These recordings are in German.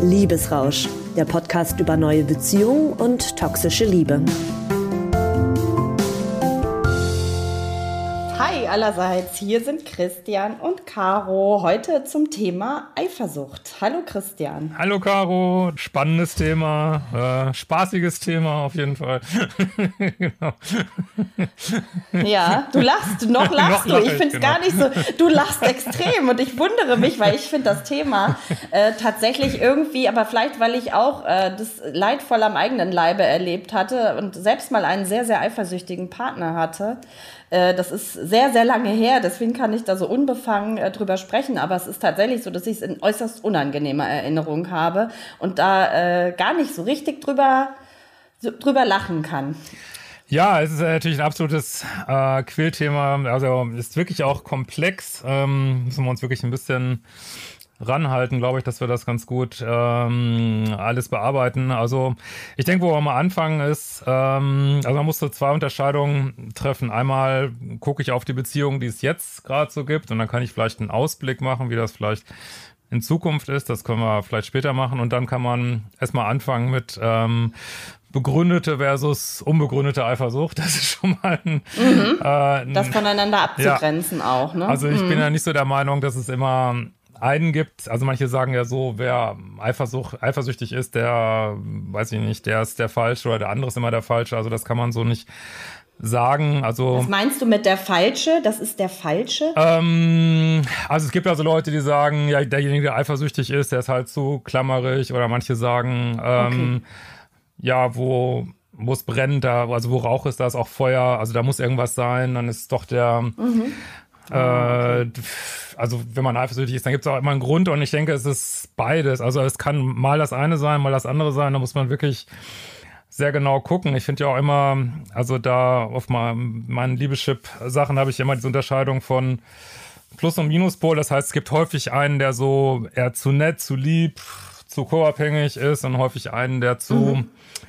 Liebesrausch, der Podcast über neue Beziehungen und toxische Liebe. Hi allerseits, hier sind Christian und Caro, heute zum Thema Eifersucht. Hallo Christian. Hallo Caro, spannendes Thema, spaßiges Thema auf jeden Fall. Genau. Ja, du lachst, noch lachst du. Ich finde es gar nicht so, du lachst extrem und ich wundere mich, weil ich finde das Thema tatsächlich irgendwie, aber vielleicht, weil ich auch das leidvoll am eigenen Leibe erlebt hatte und selbst mal einen sehr, sehr eifersüchtigen Partner hatte. Das ist sehr, sehr lange her, deswegen kann ich da so unbefangen drüber sprechen, aber es ist tatsächlich so, dass ich es in äußerst unangenehmer Erinnerung habe und da gar nicht so richtig drüber lachen kann. Ja, es ist natürlich ein absolutes Quälthema, also ist wirklich auch komplex, müssen wir uns wirklich ein bisschen ranhalten, glaube ich, dass wir das ganz gut alles bearbeiten. Also ich denke, wo wir mal anfangen ist, also man muss so zwei Unterscheidungen treffen. Einmal gucke ich auf die Beziehung, die es jetzt gerade so gibt, und dann kann ich vielleicht einen Ausblick machen, wie das vielleicht in Zukunft ist. Das können wir vielleicht später machen, und dann kann man erstmal anfangen mit begründete versus unbegründete Eifersucht. Das ist schon mal das voneinander abzugrenzen, ja. Auch, ne? Also ich bin ja nicht so der Meinung, dass es immer einen gibt, also manche sagen ja so, wer eifersüchtig ist, der, weiß ich nicht, der ist der Falsche oder der andere ist immer der Falsche, also das kann man so nicht sagen. Also, was meinst du mit der Falsche? Das ist der Falsche? Also es gibt also Leute, die sagen, ja, derjenige, der eifersüchtig ist, der ist halt zu klammerig, oder manche sagen, okay. Ja, wo es brennt, da, also wo Rauch ist, da ist auch Feuer, also da muss irgendwas sein, dann ist doch der okay. Also wenn man eifersüchtig ist, dann gibt es auch immer einen Grund, und ich denke, es ist beides. Also es kann mal das eine sein, mal das andere sein, da muss man wirklich sehr genau gucken. Ich finde ja auch immer, also da auf meinen Liebeschip-Sachen habe ich immer diese Unterscheidung von Plus- und Minuspol. Das heißt, es gibt häufig einen, der so eher zu nett, zu lieb, zu co-abhängig ist, und häufig einen, der zu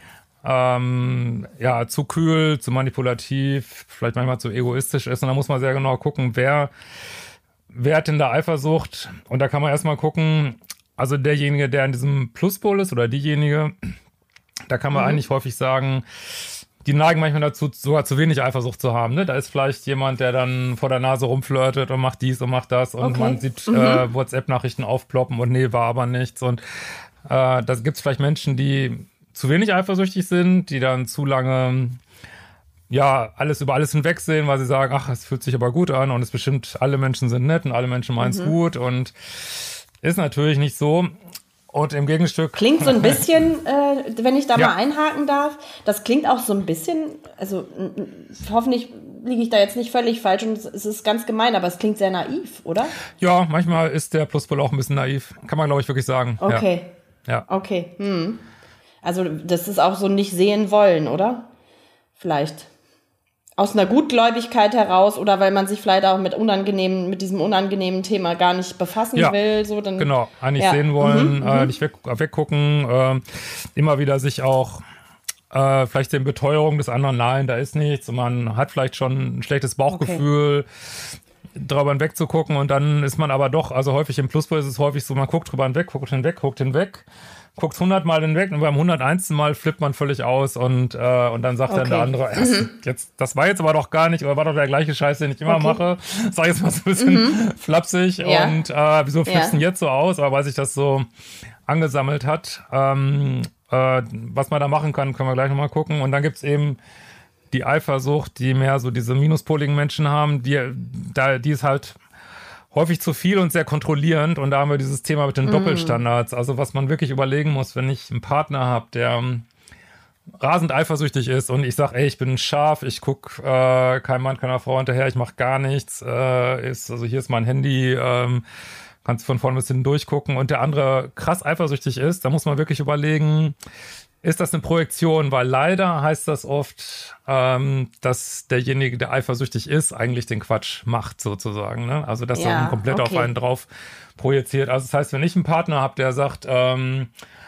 zu kühl, zu manipulativ, vielleicht manchmal zu egoistisch ist. Und da muss man sehr genau gucken, wer hat denn da Eifersucht? Und da kann man erstmal gucken, also derjenige, der in diesem Pluspol ist, oder diejenige, da kann man eigentlich häufig sagen, die neigen manchmal dazu, sogar zu wenig Eifersucht zu haben. Ne? Da ist vielleicht jemand, der dann vor der Nase rumflirtet und macht dies und macht das, und man sieht WhatsApp-Nachrichten aufploppen und nee, war aber nichts. Und da gibt es vielleicht Menschen, die zu wenig eifersüchtig sind, die dann zu lange alles über alles hinwegsehen, weil sie sagen, ach, es fühlt sich aber gut an und es bestimmt, alle Menschen sind nett und alle Menschen meinen es gut, und ist natürlich nicht so. Und im Gegenstück klingt so ein bisschen, wenn ich da mal einhaken darf, das klingt auch so ein bisschen, also hoffentlich liege ich da jetzt nicht völlig falsch und es ist ganz gemein, aber es klingt sehr naiv, oder? Ja, manchmal ist der Pluspol auch ein bisschen naiv, kann man, glaube ich, wirklich sagen. Okay. Ja. Okay. Also das ist auch so nicht sehen wollen, oder? Vielleicht aus einer Gutgläubigkeit heraus, oder weil man sich vielleicht auch mit diesem unangenehmen Thema gar nicht befassen will. So, dann, genau, eigentlich sehen wollen, nicht weggucken, immer wieder sich auch vielleicht den Beteuerung des anderen, nein, da ist nichts, und man hat vielleicht schon ein schlechtes Bauchgefühl, drüber hinweg zu gucken, und dann ist man aber doch, also häufig im Pluspol ist es häufig so, man guckt drüber hinweg, guckt hinweg, guckt 100 Mal hinweg, und beim 101. Mal flippt man völlig aus, und dann sagt dann der andere, das war jetzt aber doch gar nicht, oder war doch der gleiche Scheiß, den ich immer mache. Sag jetzt mal so ein bisschen flapsig, und wieso flippst du denn jetzt so aus? Aber weil sich das so angesammelt hat, was man da machen kann, können wir gleich nochmal gucken. Und dann gibt's eben die Eifersucht, die mehr so diese minuspoligen Menschen haben, die ist halt häufig zu viel und sehr kontrollierend, und da haben wir dieses Thema mit den Doppelstandards, also was man wirklich überlegen muss, wenn ich einen Partner habe, der rasend eifersüchtig ist, und ich sage, ich bin scharf, ich gucke keinem Mann, keiner Frau hinterher, ich mache gar nichts, also hier ist mein Handy, kannst von vorne bis hinten durchgucken, und der andere krass eifersüchtig ist, da muss man wirklich überlegen, ist das eine Projektion? Weil leider heißt das oft, dass derjenige, der eifersüchtig ist, eigentlich den Quatsch macht, sozusagen. Ne? Also, dass er komplett auf einen drauf projiziert. Also, das heißt, wenn ich einen Partner habe, der sagt,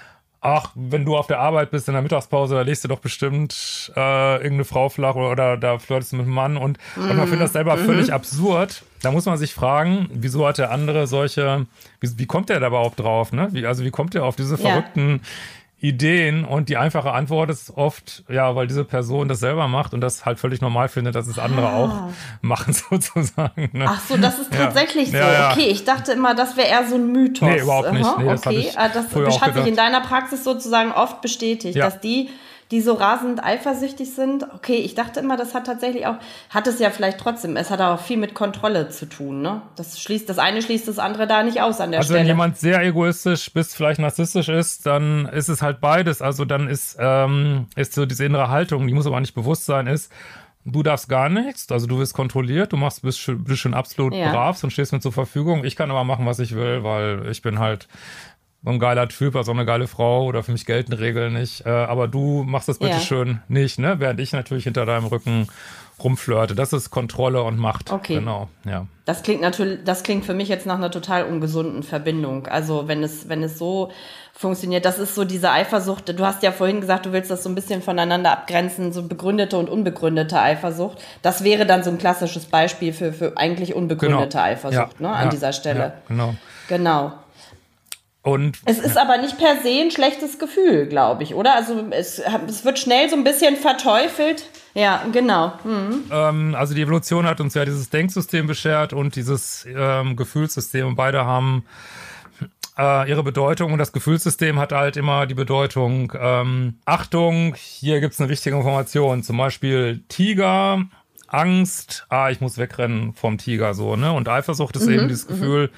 ach, wenn du auf der Arbeit bist in der Mittagspause, da legst du doch bestimmt irgendeine Frau flach oder da flirtest du mit einem Mann und man findet das selber völlig absurd. Da muss man sich fragen, wieso hat der andere solche, wie kommt der da überhaupt drauf, ne? Wie kommt der auf diese verrückten Ideen? Und die einfache Antwort ist oft, ja, weil diese Person das selber macht und das halt völlig normal findet, dass es andere auch machen, sozusagen. Ne? Ach so, das ist tatsächlich so. Ja. Okay, ich dachte immer, das wäre eher so ein Mythos. Nee, überhaupt nicht. Nee, okay, das hat sich in deiner Praxis sozusagen oft bestätigt, dass die so rasend eifersüchtig sind. Okay, ich dachte immer, das hat tatsächlich auch, hat es ja vielleicht trotzdem, es hat auch viel mit Kontrolle zu tun, ne? Das eine schließt das andere da nicht aus an der Stelle. Also wenn jemand sehr egoistisch bis vielleicht narzisstisch ist, dann ist es halt beides. Also dann ist so diese innere Haltung, die muss aber nicht bewusst sein, ist, du darfst gar nichts, also du wirst kontrolliert, bist schon absolut brav und stehst mir zur Verfügung. Ich kann aber machen, was ich will, weil ich bin halt so ein geiler Typ, also eine geile Frau oder für mich gelten Regeln nicht. Aber du machst das bitte schön nicht, ne? Während ich natürlich hinter deinem Rücken rumflirte. Das ist Kontrolle und Macht. Okay. Genau, ja. Das klingt für mich jetzt nach einer total ungesunden Verbindung. Also wenn es so funktioniert, das ist so diese Eifersucht. Du hast ja vorhin gesagt, du willst das so ein bisschen voneinander abgrenzen, so begründete und unbegründete Eifersucht. Das wäre dann so ein klassisches Beispiel für eigentlich unbegründete Eifersucht, ne? An dieser Stelle. Ja, Genau. Und, es ist aber nicht per se ein schlechtes Gefühl, glaube ich, oder? Also es wird schnell so ein bisschen verteufelt. Ja, genau. Also die Evolution hat uns ja dieses Denksystem beschert und dieses Gefühlssystem. Und beide haben ihre Bedeutung. Und das Gefühlssystem hat halt immer die Bedeutung, Achtung, hier gibt's eine wichtige Information. Zum Beispiel Tiger, Angst, ich muss wegrennen vom Tiger, so, ne? Und Eifersucht ist eben dieses Gefühl,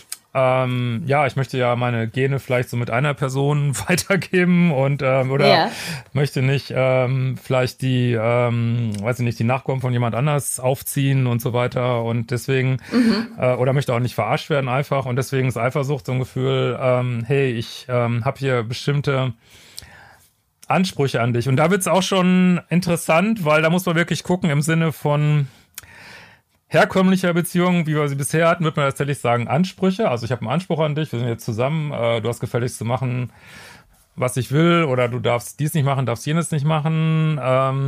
ich möchte ja meine Gene vielleicht so mit einer Person weitergeben und möchte nicht vielleicht die Nachkommen von jemand anders aufziehen und so weiter und deswegen oder möchte auch nicht verarscht werden einfach und deswegen ist Eifersucht so ein Gefühl, hey, ich habe hier bestimmte Ansprüche an dich und da wird's auch schon interessant, weil da muss man wirklich gucken im Sinne von herkömmlicher Beziehung, wie wir sie bisher hatten, würde man tatsächlich sagen Ansprüche. Also ich habe einen Anspruch an dich, wir sind jetzt zusammen, du hast gefälligst zu machen, was ich will oder du darfst dies nicht machen, darfst jenes nicht machen.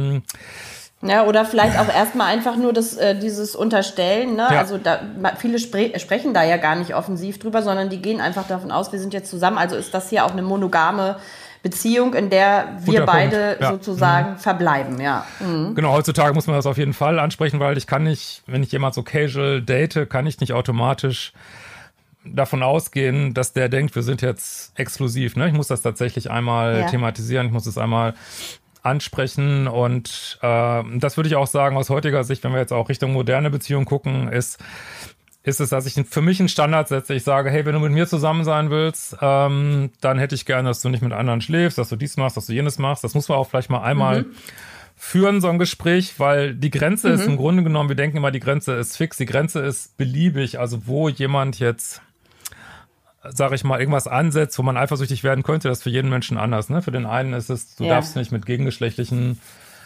Ja, oder vielleicht auch erstmal einfach nur dieses Unterstellen, ne? Ja. Also viele sprechen da ja gar nicht offensiv drüber, sondern die gehen einfach davon aus, wir sind jetzt zusammen, also ist das hier auch eine monogame Beziehung, in der wir beide sozusagen verbleiben, ja. Genau, heutzutage muss man das auf jeden Fall ansprechen, weil ich kann nicht, wenn ich jemand so casual date, kann ich nicht automatisch davon ausgehen, dass der denkt, wir sind jetzt exklusiv, ne? Ich muss das tatsächlich einmal thematisieren, ich muss es einmal ansprechen und das würde ich auch sagen, aus heutiger Sicht, wenn wir jetzt auch Richtung moderne Beziehung gucken, ist es, dass ich für mich einen Standard setze. Ich sage, hey, wenn du mit mir zusammen sein willst, dann hätte ich gerne, dass du nicht mit anderen schläfst, dass du dies machst, dass du jenes machst. Das muss man auch vielleicht mal einmal führen, so ein Gespräch, weil die Grenze ist im Grunde genommen, wir denken immer, die Grenze ist fix, die Grenze ist beliebig. Also wo jemand jetzt, sage ich mal, irgendwas ansetzt, wo man eifersüchtig werden könnte, das ist für jeden Menschen anders. Ne? Für den einen ist es, du darfst nicht mit gegengeschlechtlichen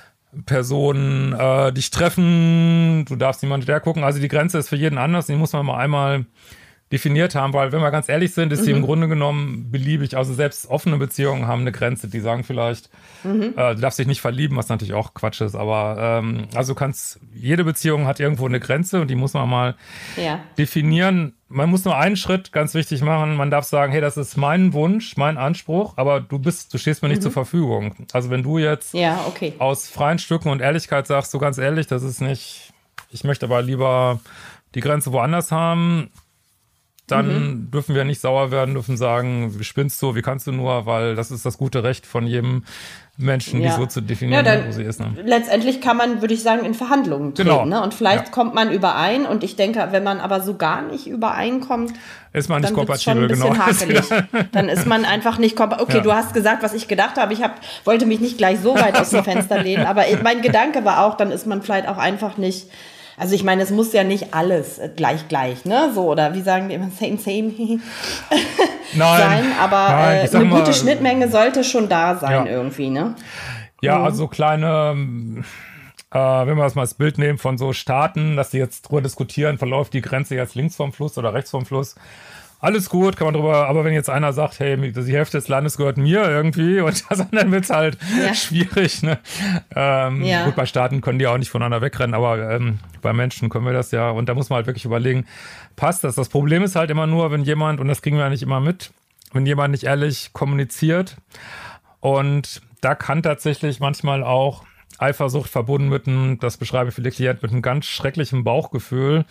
Personen dich treffen, du darfst niemanden der gucken. Also die Grenze ist für jeden anders, die muss man mal einmal definiert haben, weil wenn wir ganz ehrlich sind, ist die im Grunde genommen beliebig. Also selbst offene Beziehungen haben eine Grenze, die sagen vielleicht, du darfst dich nicht verlieben, was natürlich auch Quatsch ist, aber also jede Beziehung hat irgendwo eine Grenze und die muss man mal definieren. Man muss nur einen Schritt ganz wichtig machen. Man darf sagen, hey, das ist mein Wunsch, mein Anspruch, aber du stehst mir nicht zur Verfügung. Also wenn du jetzt aus freien Stücken und Ehrlichkeit sagst, so ganz ehrlich, das ist nicht, ich möchte aber lieber die Grenze woanders haben, dann dürfen wir nicht sauer werden, dürfen sagen, wie spinnst du, wie kannst du nur, weil das ist das gute Recht von jedem Menschen, die so zu definieren, wo sie ist. Ne? Letztendlich kann man, würde ich sagen, in Verhandlungen treten. Genau. Ne? Und vielleicht kommt man überein. Und ich denke, wenn man aber so gar nicht übereinkommt, ist man nicht kompatibel, dann wird es schon ein bisschen hakelig. Dann ist man einfach nicht kompatibel. Okay, du hast gesagt, was ich gedacht habe. Ich wollte mich nicht gleich so weit aus dem Fenster lehnen. Aber mein Gedanke war auch, dann ist man vielleicht auch einfach nicht. Also ich meine, es muss ja nicht alles gleich, ne? So, oder wie sagen die immer, same sein, aber eine gute Schnittmenge sollte schon da sein irgendwie, ne? Ja, also kleine, wenn wir das mal als Bild nehmen von so Staaten, dass die jetzt drüber diskutieren, verläuft die Grenze jetzt links vom Fluss oder rechts vom Fluss. alles gut, kann man drüber, aber wenn jetzt einer sagt, hey, die Hälfte des Landes gehört mir irgendwie und das dann wird es halt schwierig, ne? Gut, bei Staaten können die auch nicht voneinander wegrennen, aber bei Menschen können wir das ja und da muss man halt wirklich überlegen, passt das? Das Problem ist halt immer nur, wenn jemand, und das kriegen wir ja nicht immer mit, wenn jemand nicht ehrlich kommuniziert und da kann tatsächlich manchmal auch Eifersucht verbunden mit einem, das beschreibe ich für die Klienten, mit einem ganz schrecklichen Bauchgefühl.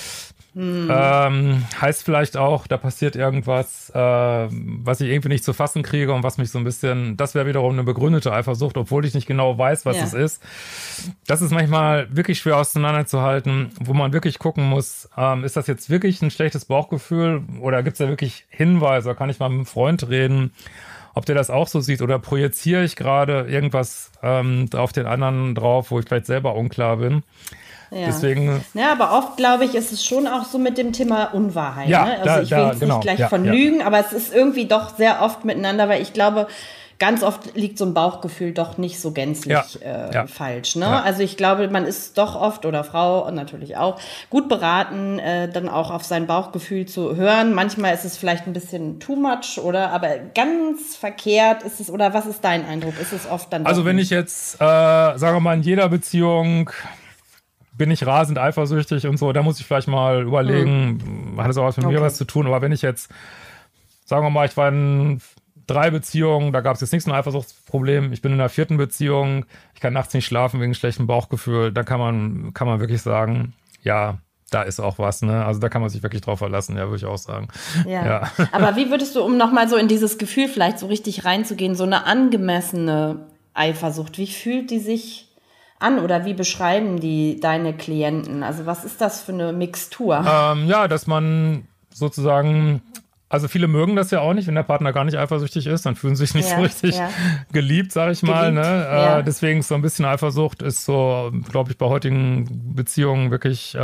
Heißt vielleicht auch, da passiert irgendwas, was ich irgendwie nicht zu fassen kriege und was mich so ein bisschen, das wäre wiederum eine begründete Eifersucht, obwohl ich nicht genau weiß, was es ist. Das ist manchmal wirklich schwer auseinanderzuhalten, wo man wirklich gucken muss, ist das jetzt wirklich ein schlechtes Bauchgefühl oder gibt es da wirklich Hinweise, kann ich mal mit einem Freund reden, ob der das auch so sieht oder projiziere ich gerade irgendwas auf den anderen drauf, wo ich vielleicht selber unklar bin. Ja. Deswegen. Ja, aber oft, glaube ich, ist es schon auch so mit dem Thema Unwahrheit. Ja, ne? Also ich will jetzt nicht gleich von Lügen, aber es ist irgendwie doch sehr oft miteinander, weil ich glaube, ganz oft liegt so ein Bauchgefühl doch nicht so gänzlich falsch. Ne? Ja. Also ich glaube, man ist doch oft, oder Frau natürlich auch, gut beraten, dann auch auf sein Bauchgefühl zu hören. Manchmal ist es vielleicht ein bisschen too much, oder? Aber ganz verkehrt ist es, oder was ist dein Eindruck? Ist es oft dann Also wenn ich jetzt, sagen wir mal, in jeder Beziehung bin ich rasend eifersüchtig und so, da muss ich vielleicht mal überlegen, hat es auch was mit mir was zu tun, aber wenn ich jetzt, sagen wir mal, ich war in 3 Beziehungen, da gab es jetzt nichts, ein Eifersuchtsproblem, ich bin in der 4. Beziehung, ich kann nachts nicht schlafen wegen schlechtem Bauchgefühl, da kann man wirklich sagen, ja, da ist auch was, ne? Also da kann man sich wirklich drauf verlassen, ja, würde ich auch sagen. Ja. Aber wie würdest du, um nochmal so in dieses Gefühl vielleicht so richtig reinzugehen, so eine angemessene Eifersucht, wie fühlt die sich an oder wie beschreiben die deine Klienten? Also was ist das für eine Mixtur? Dass man sozusagen, also viele mögen das ja auch nicht, wenn der Partner gar nicht eifersüchtig ist, dann fühlen sie sich nicht so richtig geliebt, sag ich mal. Ne? Deswegen ist so ein bisschen Eifersucht ist so, glaube ich, bei heutigen Beziehungen wirklich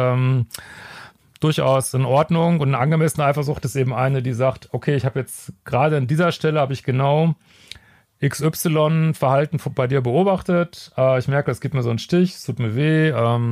durchaus in Ordnung. Und eine angemessene Eifersucht ist eben eine, die sagt, okay, ich habe jetzt gerade an dieser Stelle habe ich genau XY-Verhalten bei dir beobachtet. Ich merke, es gibt mir so einen Stich, es tut mir weh.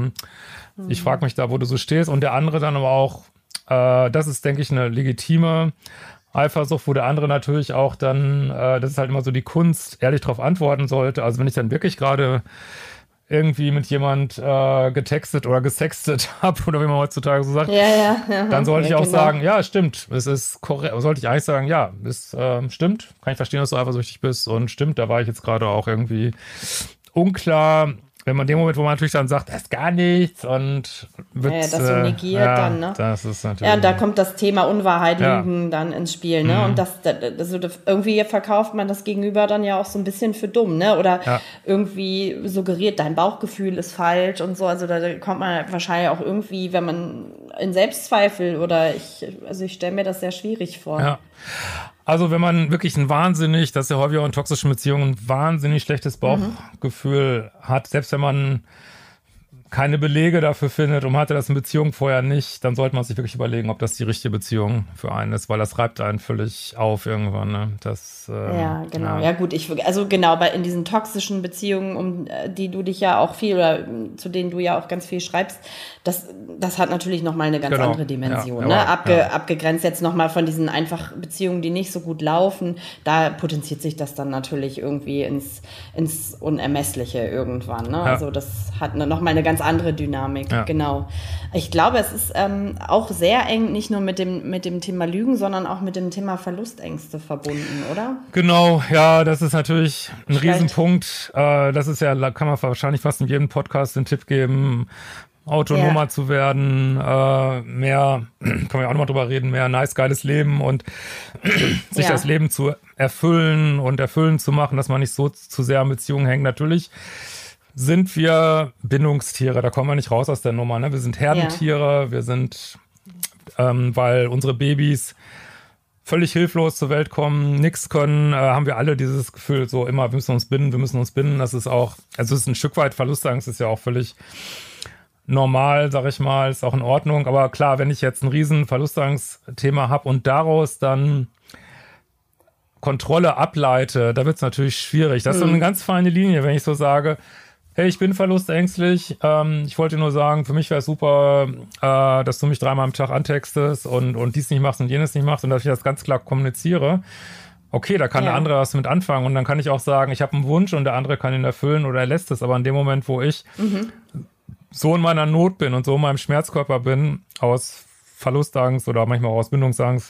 Ich frage mich da, wo du so stehst. Und der andere dann aber auch, das ist, denke ich, eine legitime Eifersucht, wo der andere natürlich auch dann, das ist halt immer so die Kunst, ehrlich darauf antworten sollte. Also wenn ich dann wirklich gerade irgendwie mit jemand getextet oder gesextet habe oder wie man heutzutage so sagt, dann sollte ich auch sagen, ja, stimmt, es ist korrekt. Sollte ich eigentlich sagen, ja, es stimmt, kann ich verstehen, dass du eifersüchtig bist und stimmt, da war ich jetzt gerade auch irgendwie unklar. Wenn man in dem Moment, wo man natürlich dann sagt, das ist gar nichts und wird das so negiert dann, ne? Das ist natürlich. Ja, und da kommt das Thema Unwahrheit, Lügen dann ins Spiel, ne? Und das irgendwie verkauft man das Gegenüber dann ja auch so ein bisschen für dumm, ne? Oder irgendwie suggeriert, dein Bauchgefühl ist falsch und so. Also da kommt man wahrscheinlich auch irgendwie, wenn man in Selbstzweifel oder ich stelle mir das sehr schwierig vor. Ja. Also wenn man wirklich das ist ja häufig auch in toxischen Beziehungen, ein wahnsinnig schlechtes Bauchgefühl hat, selbst wenn man keine Belege dafür findet und man hatte das in Beziehung vorher nicht, dann sollte man sich wirklich überlegen, ob das die richtige Beziehung für einen ist, weil das reibt einen völlig auf irgendwann. Ne? Ja, genau. Ja gut, in diesen toxischen Beziehungen, um die du dich ja auch viel oder zu denen du ja auch ganz viel schreibst, das hat natürlich nochmal eine ganz andere Dimension. Ne? Abgegrenzt jetzt nochmal von diesen einfach Beziehungen, die nicht so gut laufen, da potenziert sich das dann natürlich irgendwie ins Unermessliche irgendwann. Ne? Also das hat nochmal eine ganz andere Dynamik, genau. Ich glaube, es ist auch sehr eng, nicht nur mit dem Thema Lügen, sondern auch mit dem Thema Verlustängste verbunden, oder? Genau, ja, das ist natürlich ein Riesenpunkt. Das ist ja, kann man wahrscheinlich fast in jedem Podcast den Tipp geben, autonomer zu werden, mehr, können wir auch nochmal drüber reden, mehr nice, geiles Leben und sich das Leben zu erfüllen und erfüllend zu machen, dass man nicht so zu sehr an Beziehungen hängt. Natürlich sind wir Bindungstiere, da kommen wir nicht raus aus der Nummer. Ne? Wir sind Herdentiere, wir sind, weil unsere Babys völlig hilflos zur Welt kommen, nichts können, haben wir alle dieses Gefühl, so immer, wir müssen uns binden. Das ist auch, also es ist ein Stück weit Verlustangst, ist ja auch völlig normal, sag ich mal, ist auch in Ordnung. Aber klar, wenn ich jetzt ein riesen Verlustangst-Thema habe und daraus dann Kontrolle ableite, da wird es natürlich schwierig. Das ist so eine ganz feine Linie, wenn ich so sage, Hey, ich bin verlustängstlich. Ich wollte nur sagen, für mich wäre es super, dass du mich 3-mal am Tag antextest und dies nicht machst und jenes nicht machst und dass ich das ganz klar kommuniziere. Okay, da kann der andere was mit anfangen und dann kann ich auch sagen, ich habe einen Wunsch und der andere kann ihn erfüllen oder er lässt es. Aber in dem Moment, wo ich so in meiner Not bin und so in meinem Schmerzkörper bin, aus Verlustangst oder manchmal auch aus Bindungsangst,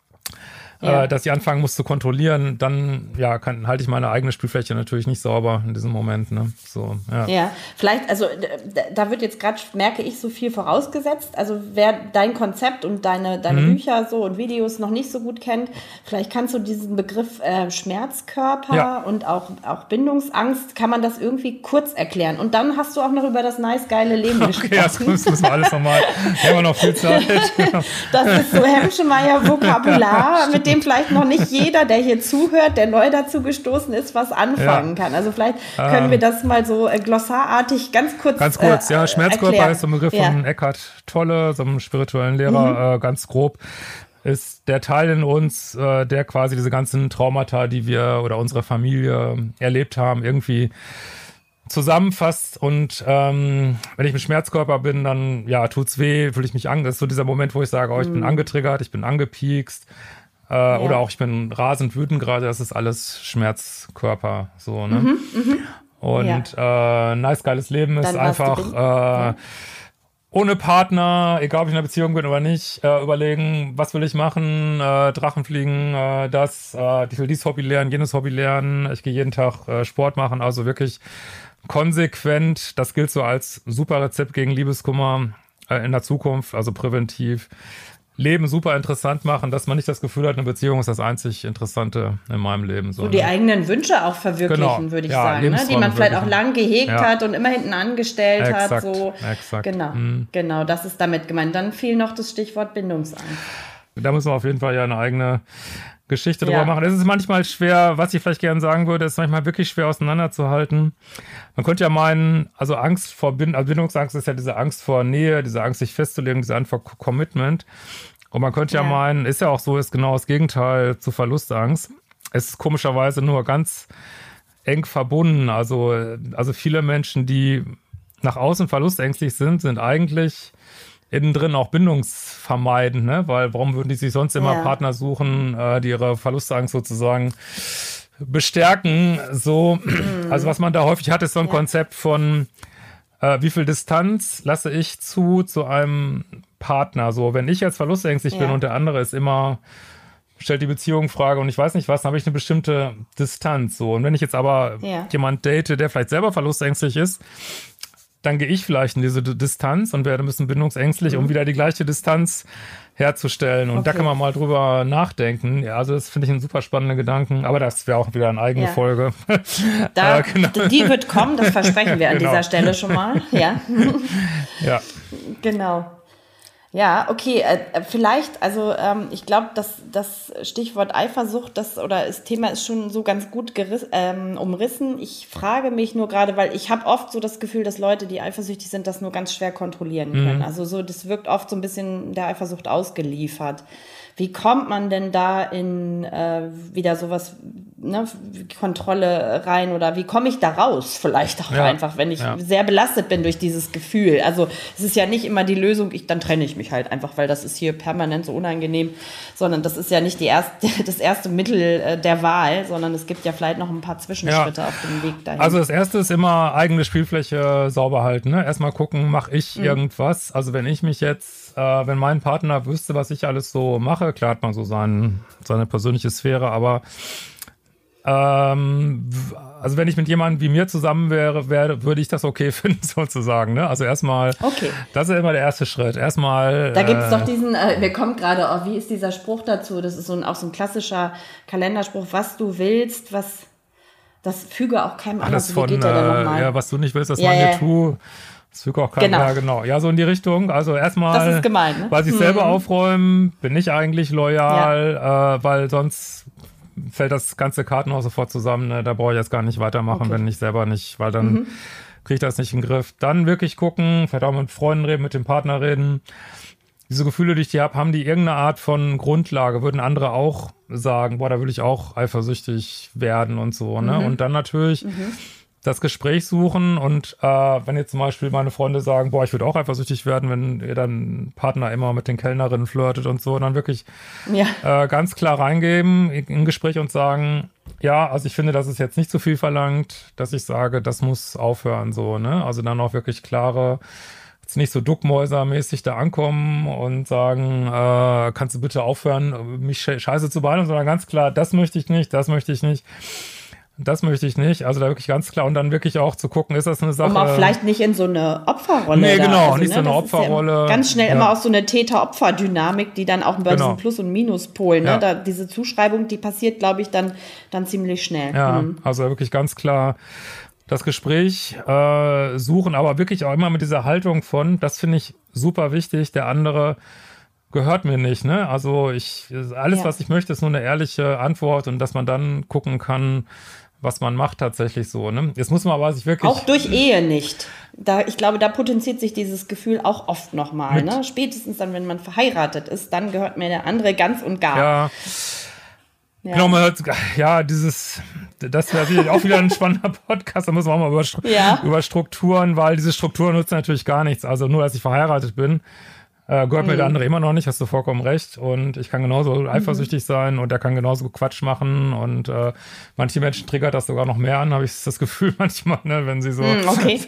dass ich anfangen muss zu kontrollieren, dann halte ich meine eigene Spielfläche natürlich nicht sauber in diesem Moment. Ne? So, ja, vielleicht, also da wird jetzt gerade, merke ich, so viel vorausgesetzt. Also wer dein Konzept und deine Bücher so und Videos noch nicht so gut kennt, vielleicht kannst du diesen Begriff Schmerzkörper und auch Bindungsangst, kann man das irgendwie kurz erklären. Und dann hast du auch noch über das nice, geile Leben gesprochen. Okay, das müssen wir alles nochmal. Wir haben noch viel Zeit. Das ist so Hemschemeyer-Vokabular, mit dem vielleicht noch nicht jeder, der hier zuhört, der neu dazu gestoßen ist, was anfangen kann. Also vielleicht können wir das mal so glossarartig ganz kurz Schmerzkörper erklären. ist so ein Begriff von Eckhart Tolle, so einem spirituellen Lehrer, ganz grob. Ist der Teil in uns, der quasi diese ganzen Traumata, die wir oder unsere Familie erlebt haben, irgendwie zusammenfasst und wenn ich mit Schmerzkörper bin, dann tut's weh, fühle ich mich an. Das ist so dieser Moment, wo ich sage, ich bin angetriggert, ich bin angepiekst. Oder auch ich bin rasend wütend gerade, das ist alles Schmerzkörper. So, ne? Und nice, geiles Leben ist einfach ohne Partner, egal ob ich in einer Beziehung bin oder nicht, überlegen, was will ich machen, Drachen fliegen, ich will dieses Hobby lernen, jenes Hobby lernen, ich gehe jeden Tag Sport machen, also wirklich konsequent, das gilt so als super Rezept gegen Liebeskummer in der Zukunft, also präventiv. Leben super interessant machen, dass man nicht das Gefühl hat, eine Beziehung ist das einzig Interessante in meinem Leben. So die eigenen Wünsche auch verwirklichen, würde ich sagen, ne? Die man vielleicht auch lang gehegt hat und immer hinten angestellt hat. So. Exakt. Genau, das ist damit gemeint. Dann fiel noch das Stichwort Bindungsangst. Da müssen wir auf jeden Fall eine eigene Geschichte drüber machen. Es ist manchmal schwer, was ich vielleicht gerne sagen würde, ist manchmal wirklich schwer auseinanderzuhalten. Man könnte ja meinen, also Angst vor Bindungsangst ist ja diese Angst vor Nähe, diese Angst, sich festzulegen, diese Angst vor Commitment. Und man könnte ja meinen, ist ja auch so, ist genau das Gegenteil zu Verlustangst. Es ist komischerweise nur ganz eng verbunden. Also viele Menschen, die nach außen verlustängstlich sind eigentlich innen drin auch bindungsvermeidend, ne? Weil warum würden die sich sonst immer Partner suchen, die ihre Verlustangst sozusagen bestärken? So, also was man da häufig hat, ist so ein Konzept von wie viel Distanz lasse ich zu einem Partner? So, wenn ich jetzt verlustängstlich bin und der andere ist immer, stellt die Beziehung Frage und ich weiß nicht was, dann habe ich eine bestimmte Distanz. So, und wenn ich jetzt aber jemand date, der vielleicht selber verlustängstlich ist, dann gehe ich vielleicht in diese Distanz und werde ein bisschen bindungsängstlich, um wieder die gleiche Distanz herzustellen. Und da kann man mal drüber nachdenken. Ja, also das finde ich einen super spannenden Gedanken. Aber das wäre auch wieder eine eigene Folge. Die wird kommen, das versprechen wir an dieser Stelle schon mal. Ja. Genau. Ja, okay, vielleicht, also ich glaube, das Stichwort Eifersucht, das Thema ist schon so ganz gut umrissen. Ich frage mich nur gerade, weil ich habe oft so das Gefühl, dass Leute, die eifersüchtig sind, das nur ganz schwer kontrollieren können. Also so, das wirkt oft so ein bisschen der Eifersucht ausgeliefert. Wie kommt man denn da in wieder sowas, ne, Kontrolle rein oder wie komme ich da raus vielleicht auch einfach, wenn ich sehr belastet bin durch dieses Gefühl. Also es ist ja nicht immer die Lösung, dann trenne ich mich halt einfach, weil das ist hier permanent so unangenehm, sondern das ist ja nicht das erste Mittel der Wahl, sondern es gibt ja vielleicht noch ein paar Zwischenschritte auf dem Weg dahin. Also das erste ist immer eigene Spielfläche sauber halten. Ne? Erstmal gucken, mache ich irgendwas? Also wenn ich mich jetzt wenn mein Partner wüsste, was ich alles so mache, klar hat man so seine persönliche Sphäre, aber also wenn ich mit jemandem wie mir zusammen wäre, würde ich das okay finden, sozusagen. Ne? Also erstmal, das ist immer der erste Schritt. Erstmal. Da gibt es doch diesen, mir kommt gerade auf, wie ist dieser Spruch dazu? Das ist auch so ein klassischer Kalenderspruch, was du willst, das füge auch keinem an. Wie geht der denn nochmal? Ja, was du nicht willst, dass man dir tut. Das fügt auch keiner. Ja, genau. Ja, so in die Richtung. Also erstmal, das ist gemein, ne? Weil sich selber aufräumen, bin ich eigentlich loyal, weil sonst fällt das ganze Kartenhaus sofort zusammen. Ne? Da brauche ich jetzt gar nicht weitermachen, wenn ich selber nicht, weil dann kriege ich das nicht in den Griff. Dann wirklich gucken, vielleicht auch mit Freunden reden, mit dem Partner reden. Diese Gefühle, die ich habe, haben die irgendeine Art von Grundlage? Würden andere auch sagen, da würde ich auch eifersüchtig werden und so. Ne? Und dann natürlich das Gespräch suchen und wenn jetzt zum Beispiel meine Freunde sagen, boah, ich würde auch eifersüchtig werden, wenn ihr dann Partner immer mit den Kellnerinnen flirtet und so, dann wirklich ganz klar reingeben in Gespräch und sagen, ja, also ich finde, das ist jetzt nicht zu viel verlangt, dass ich sage, das muss aufhören, so, ne? Also dann auch wirklich klare, jetzt nicht so duckmäusermäßig da ankommen und sagen, kannst du bitte aufhören, mich scheiße zu behandeln, sondern ganz klar, das möchte ich nicht, das möchte ich nicht. Das möchte ich nicht. Also da wirklich ganz klar und dann wirklich auch zu gucken, ist das eine Sache. Um auch vielleicht nicht in so eine Opferrolle. Nee, genau, also, nicht so eine Opferrolle. Ja ganz schnell immer auch so eine Täter-Opfer-Dynamik, die dann auch bei diesen Plus- und Minuspolen, ne? Da, diese Zuschreibung, die passiert, glaube ich, dann ziemlich schnell. Ja, also wirklich ganz klar das Gespräch suchen, aber wirklich auch immer mit dieser Haltung von, das finde ich super wichtig, der andere gehört mir nicht, ne? Also alles, was ich möchte, ist nur eine ehrliche Antwort und dass man dann gucken kann, was man macht tatsächlich so, ne? Jetzt muss man aber sich wirklich... Auch durch Ehe nicht. Ich glaube, da potenziert sich dieses Gefühl auch oft nochmal, ne? Spätestens dann, wenn man verheiratet ist, dann gehört mir der andere ganz und gar. Ja. Genau, man hört, das wäre sicherlich auch wieder ein spannender Podcast, da müssen wir auch mal über Strukturen, weil diese Strukturen nutzen natürlich gar nichts. Also nur, dass ich verheiratet bin, gehört mir der andere immer noch nicht, hast du vollkommen recht. Und ich kann genauso eifersüchtig sein und er kann genauso Quatsch machen. Und manche Menschen triggert das sogar noch mehr an, habe ich das Gefühl manchmal, ne, wenn sie so... Okay.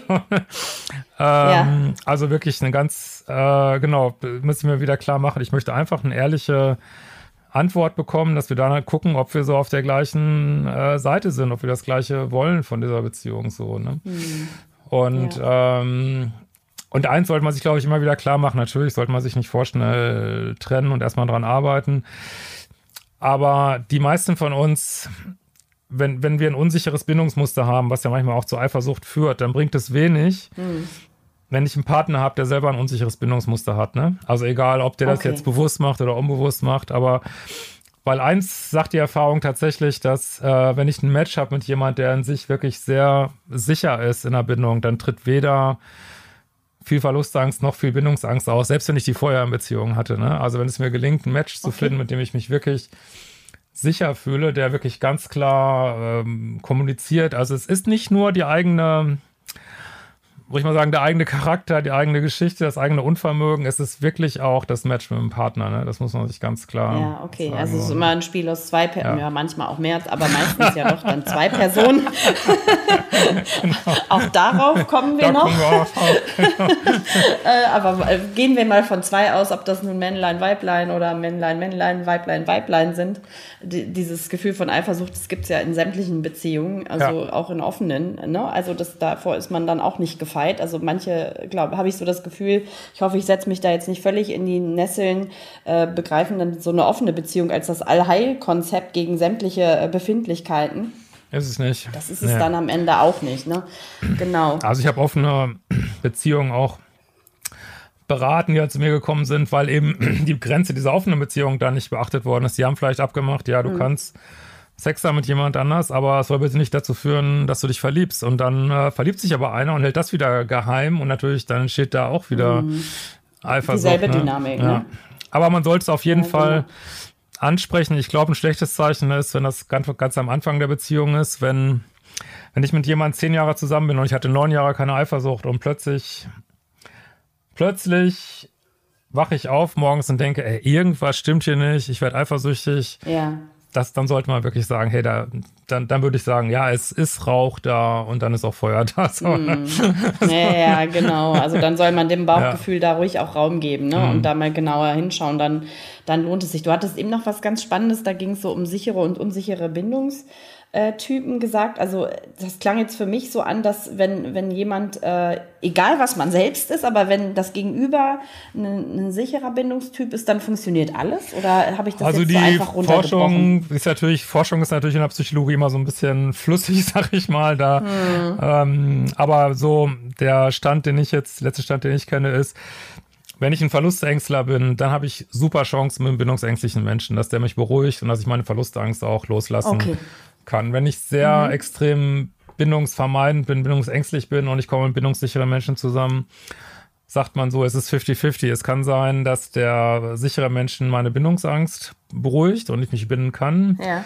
Also wirklich eine ganz, müssen wir wieder klar machen, ich möchte einfach eine ehrliche Antwort bekommen, dass wir dann halt gucken, ob wir so auf der gleichen Seite sind, ob wir das Gleiche wollen von dieser Beziehung so, ne? Und eins sollte man sich, glaube ich, immer wieder klar machen. Natürlich sollte man sich nicht vorschnell trennen und erstmal dran arbeiten. Aber die meisten von uns, wenn wir ein unsicheres Bindungsmuster haben, was ja manchmal auch zur Eifersucht führt, dann bringt es wenig, wenn ich einen Partner habe, der selber ein unsicheres Bindungsmuster hat, ne? Also egal, ob der das jetzt bewusst macht oder unbewusst macht, aber weil eins sagt die Erfahrung tatsächlich, dass wenn ich ein Match habe mit jemand, der in sich wirklich sehr sicher ist in der Bindung, dann tritt weder viel Verlustangst noch viel Bindungsangst aus, selbst wenn ich die vorher in Beziehung hatte, ne? Also wenn es mir gelingt, ein Match zu finden, mit dem ich mich wirklich sicher fühle, der wirklich ganz klar kommuniziert. Also es ist nicht nur die eigene, würde ich mal sagen, der eigene Charakter, die eigene Geschichte, das eigene Unvermögen. Es ist wirklich auch das Match mit dem Partner, ne? Das muss man sich ganz klar sagen. Also es ist immer ein Spiel aus zwei Personen, ja, manchmal auch mehr, aber meistens ja doch dann zwei Personen. Auch darauf kommen wir noch. Aber gehen wir mal von zwei aus, ob das nun Männlein, Weiblein oder Männlein, Männlein, Weiblein, Weiblein sind. Dieses Gefühl von Eifersucht, das gibt es ja in sämtlichen Beziehungen, also auch in offenen, ne? Also davor ist man dann auch nicht gefeit. Also manche, habe ich so das Gefühl, ich hoffe, ich setze mich da jetzt nicht völlig in die Nesseln, begreifen dann so eine offene Beziehung als das Allheilkonzept gegen sämtliche Befindlichkeiten. Ist es nicht. Das ist es dann am Ende auch nicht, ne? Genau. Also ich habe offene Beziehungen auch beraten, die halt zu mir gekommen sind, weil eben die Grenze dieser offenen Beziehung da nicht beachtet worden ist. Die haben vielleicht abgemacht, ja, du kannst Sex haben mit jemand anders, aber es soll bitte nicht dazu führen, dass du dich verliebst. Und dann verliebt sich aber einer und hält das wieder geheim und natürlich dann entsteht da auch wieder Eifersucht. Dieselbe Dynamik, ne? Aber man sollte es auf jeden Fall ansprechen. Ich glaube, ein schlechtes Zeichen ist, wenn das ganz am Anfang der Beziehung ist, wenn ich mit jemandem 10 Jahre zusammen bin und ich hatte 9 Jahre keine Eifersucht und plötzlich wache ich auf morgens und denke, ey, irgendwas stimmt hier nicht, ich werde eifersüchtig. Ja. Dann sollte man wirklich sagen, hey, dann würde ich sagen, ja, es ist Rauch da und dann ist auch Feuer da. So, ne? Ja, genau. Also dann soll man dem Bauchgefühl da ruhig auch Raum geben, ne? Und da mal genauer hinschauen, dann lohnt es sich. Du hattest eben noch was ganz Spannendes, da ging es so um sichere und unsichere Bindungstypen gesagt. Also das klang jetzt für mich so an, dass wenn jemand, egal was man selbst ist, aber wenn das Gegenüber ein sicherer Bindungstyp ist, dann funktioniert alles? Oder habe ich das jetzt so einfach runtergebrochen? Forschung ist natürlich in der Psychologie immer so ein bisschen flüssig, sag ich mal. Aber so der letzte Stand, den ich kenne, ist, wenn ich ein Verlustängstler bin, dann habe ich super Chancen mit einem bindungsängstlichen Menschen, dass der mich beruhigt und dass ich meine Verlustangst auch loslassen kann. Wenn ich sehr extrem bindungsvermeidend bin, bindungsängstlich bin und ich komme mit bindungssicheren Menschen zusammen, sagt man so, es ist 50-50. Es kann sein, dass der sichere Menschen meine Bindungsangst beruhigt und ich mich binden kann. Ja.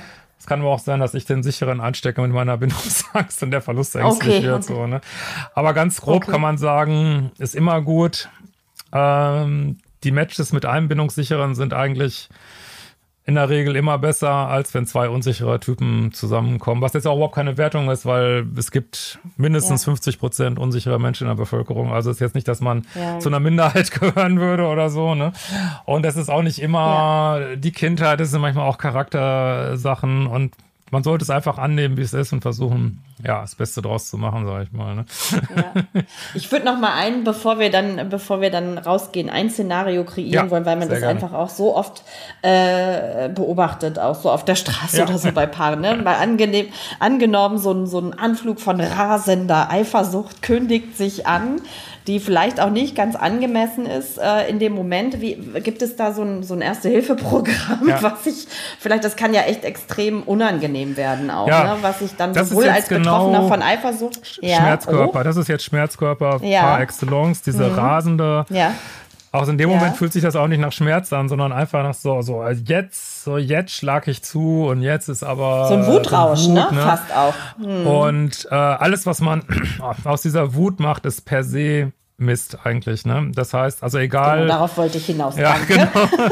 Es kann aber auch sein, dass ich den sicheren anstecke mit meiner Bindungsangst und der verlustängstlich wird. So, ne? Aber ganz grob kann man sagen, ist immer gut. Die Matches mit einem Bindungssicheren sind eigentlich in der Regel immer besser, als wenn 2 unsichere Typen zusammenkommen. Was jetzt auch überhaupt keine Wertung ist, weil es gibt mindestens 50% unsichere Menschen in der Bevölkerung. Also ist jetzt nicht, dass man zu einer Minderheit gehören würde oder so. Ne? Und es ist auch nicht immer die Kindheit, es sind manchmal auch Charaktersachen und man sollte es einfach annehmen, wie es ist und versuchen, das Beste draus zu machen, sage ich mal. Ne? Ja. Ich würde noch mal bevor wir dann rausgehen, ein Szenario kreieren wollen, weil man das gerne einfach auch so oft beobachtet, auch so auf der Straße oder so bei Paaren. Ne? Weil angenommen, so ein Anflug von rasender Eifersucht kündigt sich an, die vielleicht auch nicht ganz angemessen ist in dem Moment. Gibt es da so ein Erste-Hilfe-Programm, das kann ja echt extrem unangenehm werden auch, ne? Was ich dann sowohl als Betroffener von Eifersucht... Schmerzkörper, das ist jetzt Schmerzkörper par excellence, diese rasende... Ja. Auch in dem Moment fühlt sich das auch nicht nach Schmerz an, sondern einfach nach so jetzt schlag ich zu und jetzt ist aber... So ein Wutrausch, Wut, ne? Fast auch. Und alles, was man aus dieser Wut macht, ist per se Mist eigentlich, ne? Das heißt, also egal... Genau, darauf wollte ich hinaus. Ja, genau.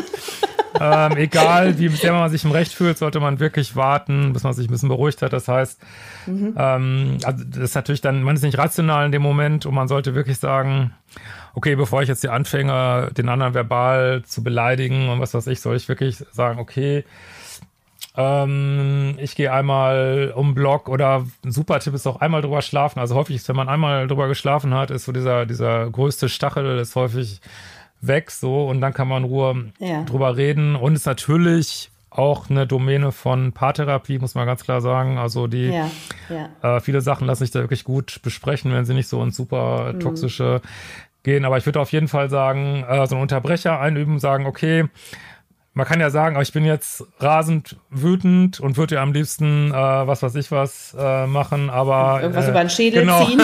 Egal, wie sehr man sich im Recht fühlt, sollte man wirklich warten, bis man sich ein bisschen beruhigt hat. Das heißt, also das ist natürlich dann, man ist nicht rational in dem Moment und man sollte wirklich sagen, okay, bevor ich jetzt hier anfange, den anderen verbal zu beleidigen und was weiß ich, soll ich wirklich sagen, okay, ich gehe einmal um den Block oder ein super Tipp ist auch einmal drüber schlafen. Also häufig ist, wenn man einmal drüber geschlafen hat, ist so dieser größte Stachel ist häufig weg, so, und dann kann man in Ruhe drüber reden und ist natürlich auch eine Domäne von Paartherapie, muss man ganz klar sagen, also viele Sachen lassen sich da wirklich gut besprechen, wenn sie nicht so ins super toxische gehen, aber ich würde auf jeden Fall sagen, so einen Unterbrecher einüben, sagen, okay, man kann ja sagen, ich bin jetzt rasend wütend und würde ja am liebsten was weiß ich was machen, aber... Irgendwas über den Schädel ziehen.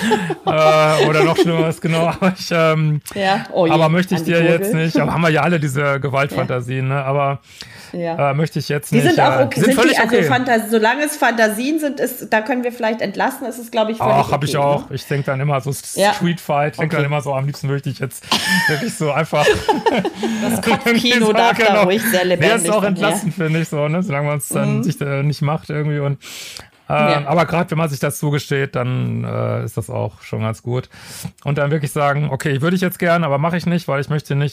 Oder noch Schlimmeres, genau. Aber, aber möchte ich dir jetzt nicht... Aber haben wir ja alle diese Gewaltfantasien, ne? Aber möchte ich jetzt nicht... Die sind auch okay. Sind völlig okay. Solange es Fantasien sind, da können wir vielleicht entlassen. Das ist, glaube ich, völlig okay. Habe ich auch. Ne? Ich denke dann immer so Streetfight. Ich denke dann immer so, am liebsten möchte ich jetzt wirklich so einfach... Das Kopfkino darf da ruhig sehr lebendig. Das ist auch entlastend, finde ich, so, ne? Solange man es dann sich nicht macht irgendwie. Und aber gerade wenn man sich das zugesteht, dann ist das auch schon ganz gut. Und dann wirklich sagen, okay, würde ich jetzt gern, aber mache ich nicht, weil ich möchte nicht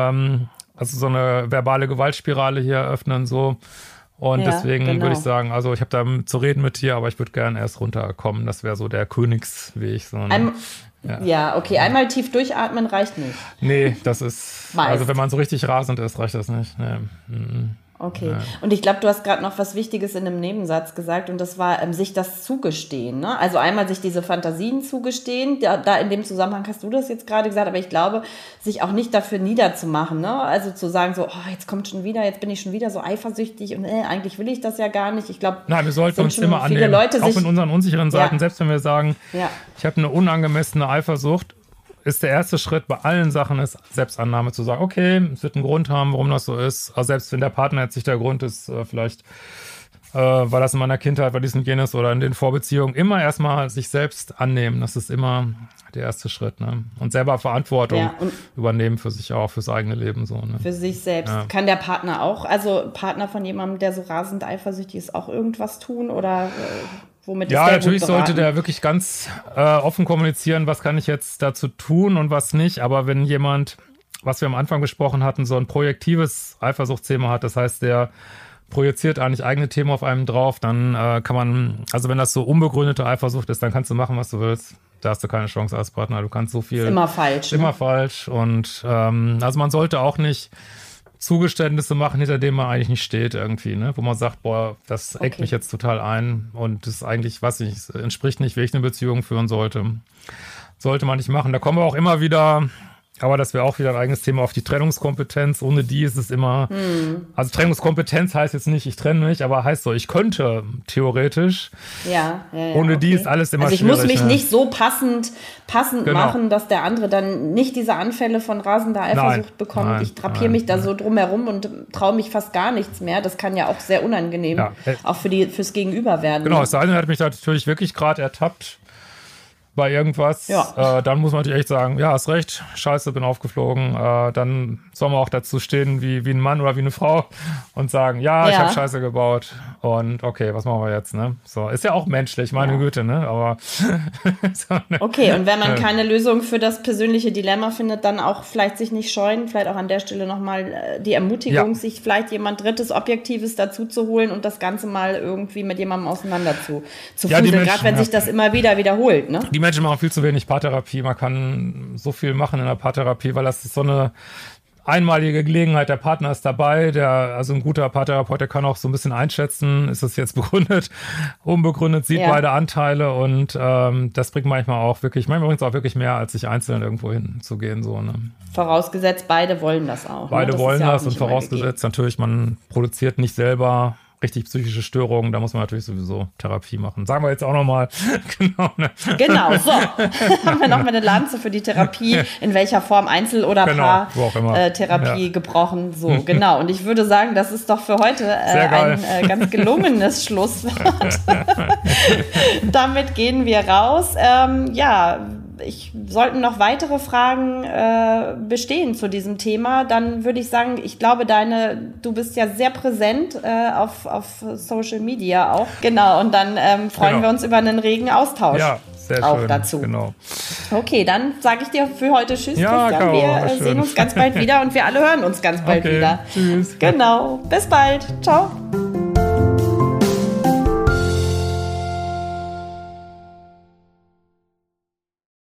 so eine verbale Gewaltspirale hier öffnen, so. Und deswegen würde ich sagen, also ich habe da zu reden mit dir, aber ich würde gern erst runterkommen. Das wäre so der Königsweg. So, ne? Okay. Einmal tief durchatmen reicht nicht. Nee, das ist... Also wenn man so richtig rasend ist, reicht das nicht. Nee. Okay. Ja. Und ich glaube, du hast gerade noch was Wichtiges in einem Nebensatz gesagt und das war, sich das zugestehen. Ne? Also einmal sich diese Fantasien zugestehen. Da in dem Zusammenhang hast du das jetzt gerade gesagt, aber ich glaube, sich auch nicht dafür niederzumachen. Ne? Also zu sagen so, jetzt bin ich schon wieder so eifersüchtig und eigentlich will ich das ja gar nicht. Ich glaube, wir sollten uns immer annehmen, auch in unseren unsicheren Seiten, selbst wenn wir sagen, ich habe eine unangemessene Eifersucht, ist der erste Schritt bei allen Sachen ist Selbstannahme, zu sagen, okay, es wird einen Grund haben, warum das so ist. Also selbst wenn der Partner jetzt nicht der Grund ist, vielleicht war das in meiner Kindheit, war dies und jenes oder in den Vorbeziehungen, immer erstmal sich selbst annehmen. Das ist immer der erste Schritt. Ne? Und selber Verantwortung übernehmen für sich auch, fürs eigene Leben. So, ne? Für sich selbst. Ja. Kann der Partner auch, also Partner von jemandem, der so rasend eifersüchtig ist, auch irgendwas tun oder... Womit ist der natürlich sollte der wirklich ganz offen kommunizieren, was kann ich jetzt dazu tun und was nicht. Aber wenn jemand, was wir am Anfang besprochen hatten, so ein projektives Eifersuchtsthema hat, das heißt, der projiziert eigentlich eigene Themen auf einem drauf, dann kann man, also wenn das so unbegründete Eifersucht ist, dann kannst du machen, was du willst. Da hast du keine Chance als Partner. Du kannst so viel... Ist immer falsch. Immer falsch. Und also man sollte auch nicht Zugeständnisse machen, hinter denen man eigentlich nicht steht irgendwie, ne? Wo man sagt, das eckt mich jetzt total ein und das ist eigentlich, entspricht nicht, wie ich eine Beziehung führen sollte. Sollte man nicht machen. Da kommen wir auch immer wieder Aber das wäre auch wieder ein eigenes Thema auf die Trennungskompetenz. Ohne die ist es immer, also Trennungskompetenz heißt jetzt nicht, ich trenne mich, aber heißt so, ich könnte theoretisch. Ja, ohne die ist alles immer schwierig. Also ich muss mich nicht so passend machen, dass der andere dann nicht diese Anfälle von rasender Eifersucht bekommt. Ich drapiere mich da so drumherum und traue mich fast gar nichts mehr. Das kann ja auch sehr unangenehm auch fürs Gegenüber werden. Genau, es sei denn, er hat mich da natürlich wirklich gerade ertappt bei irgendwas, dann muss man natürlich echt sagen, ja, hast recht, scheiße, bin aufgeflogen. Dann soll man auch dazu stehen wie ein Mann oder wie eine Frau und sagen, ich habe Scheiße gebaut und okay, was machen wir jetzt, ne? So, ist ja auch menschlich, meine Güte, ne? Aber so, ne? Okay, und wenn man keine Lösung für das persönliche Dilemma findet, dann auch vielleicht sich nicht scheuen, vielleicht auch an der Stelle nochmal die Ermutigung, sich vielleicht jemand Drittes, Objektives dazu zu holen und das Ganze mal irgendwie mit jemandem auseinander zu fuseln, gerade wenn sich das immer wieder wiederholt, ne? Die Menschen machen viel zu wenig Paartherapie. Man kann so viel machen in der Paartherapie, weil das ist so eine einmalige Gelegenheit. Der Partner ist dabei, also ein guter Paartherapeut, der kann auch so ein bisschen einschätzen, ist das jetzt begründet, unbegründet, sieht beide Anteile und das bringt manchmal bringt es auch wirklich mehr, als sich einzeln irgendwo hinzugehen. So, ne? Vorausgesetzt, beide wollen das auch. Beide wollen das und vorausgesetzt natürlich, man produziert nicht selber richtig psychische Störungen, da muss man natürlich sowieso Therapie machen. Sagen wir jetzt auch nochmal. Genau, so. Haben wir nochmal eine Lanze für die Therapie, in welcher Form, Einzel- oder Paar-Therapie gebrochen. So, genau. Und ich würde sagen, das ist doch für heute ein ganz gelungenes Schlusswort. Damit gehen wir raus. Sollten noch weitere Fragen bestehen zu diesem Thema, dann würde ich sagen, ich glaube, du bist ja sehr präsent auf Social Media auch. Genau, und dann freuen wir uns über einen regen Austausch. Ja, sehr auch schön, dazu. Genau. Okay, dann sage ich dir für heute Tschüss, ja, Christian. Wir sehen uns ganz bald wieder und wir alle hören uns ganz bald wieder. Tschüss. Genau, bis bald. Ciao.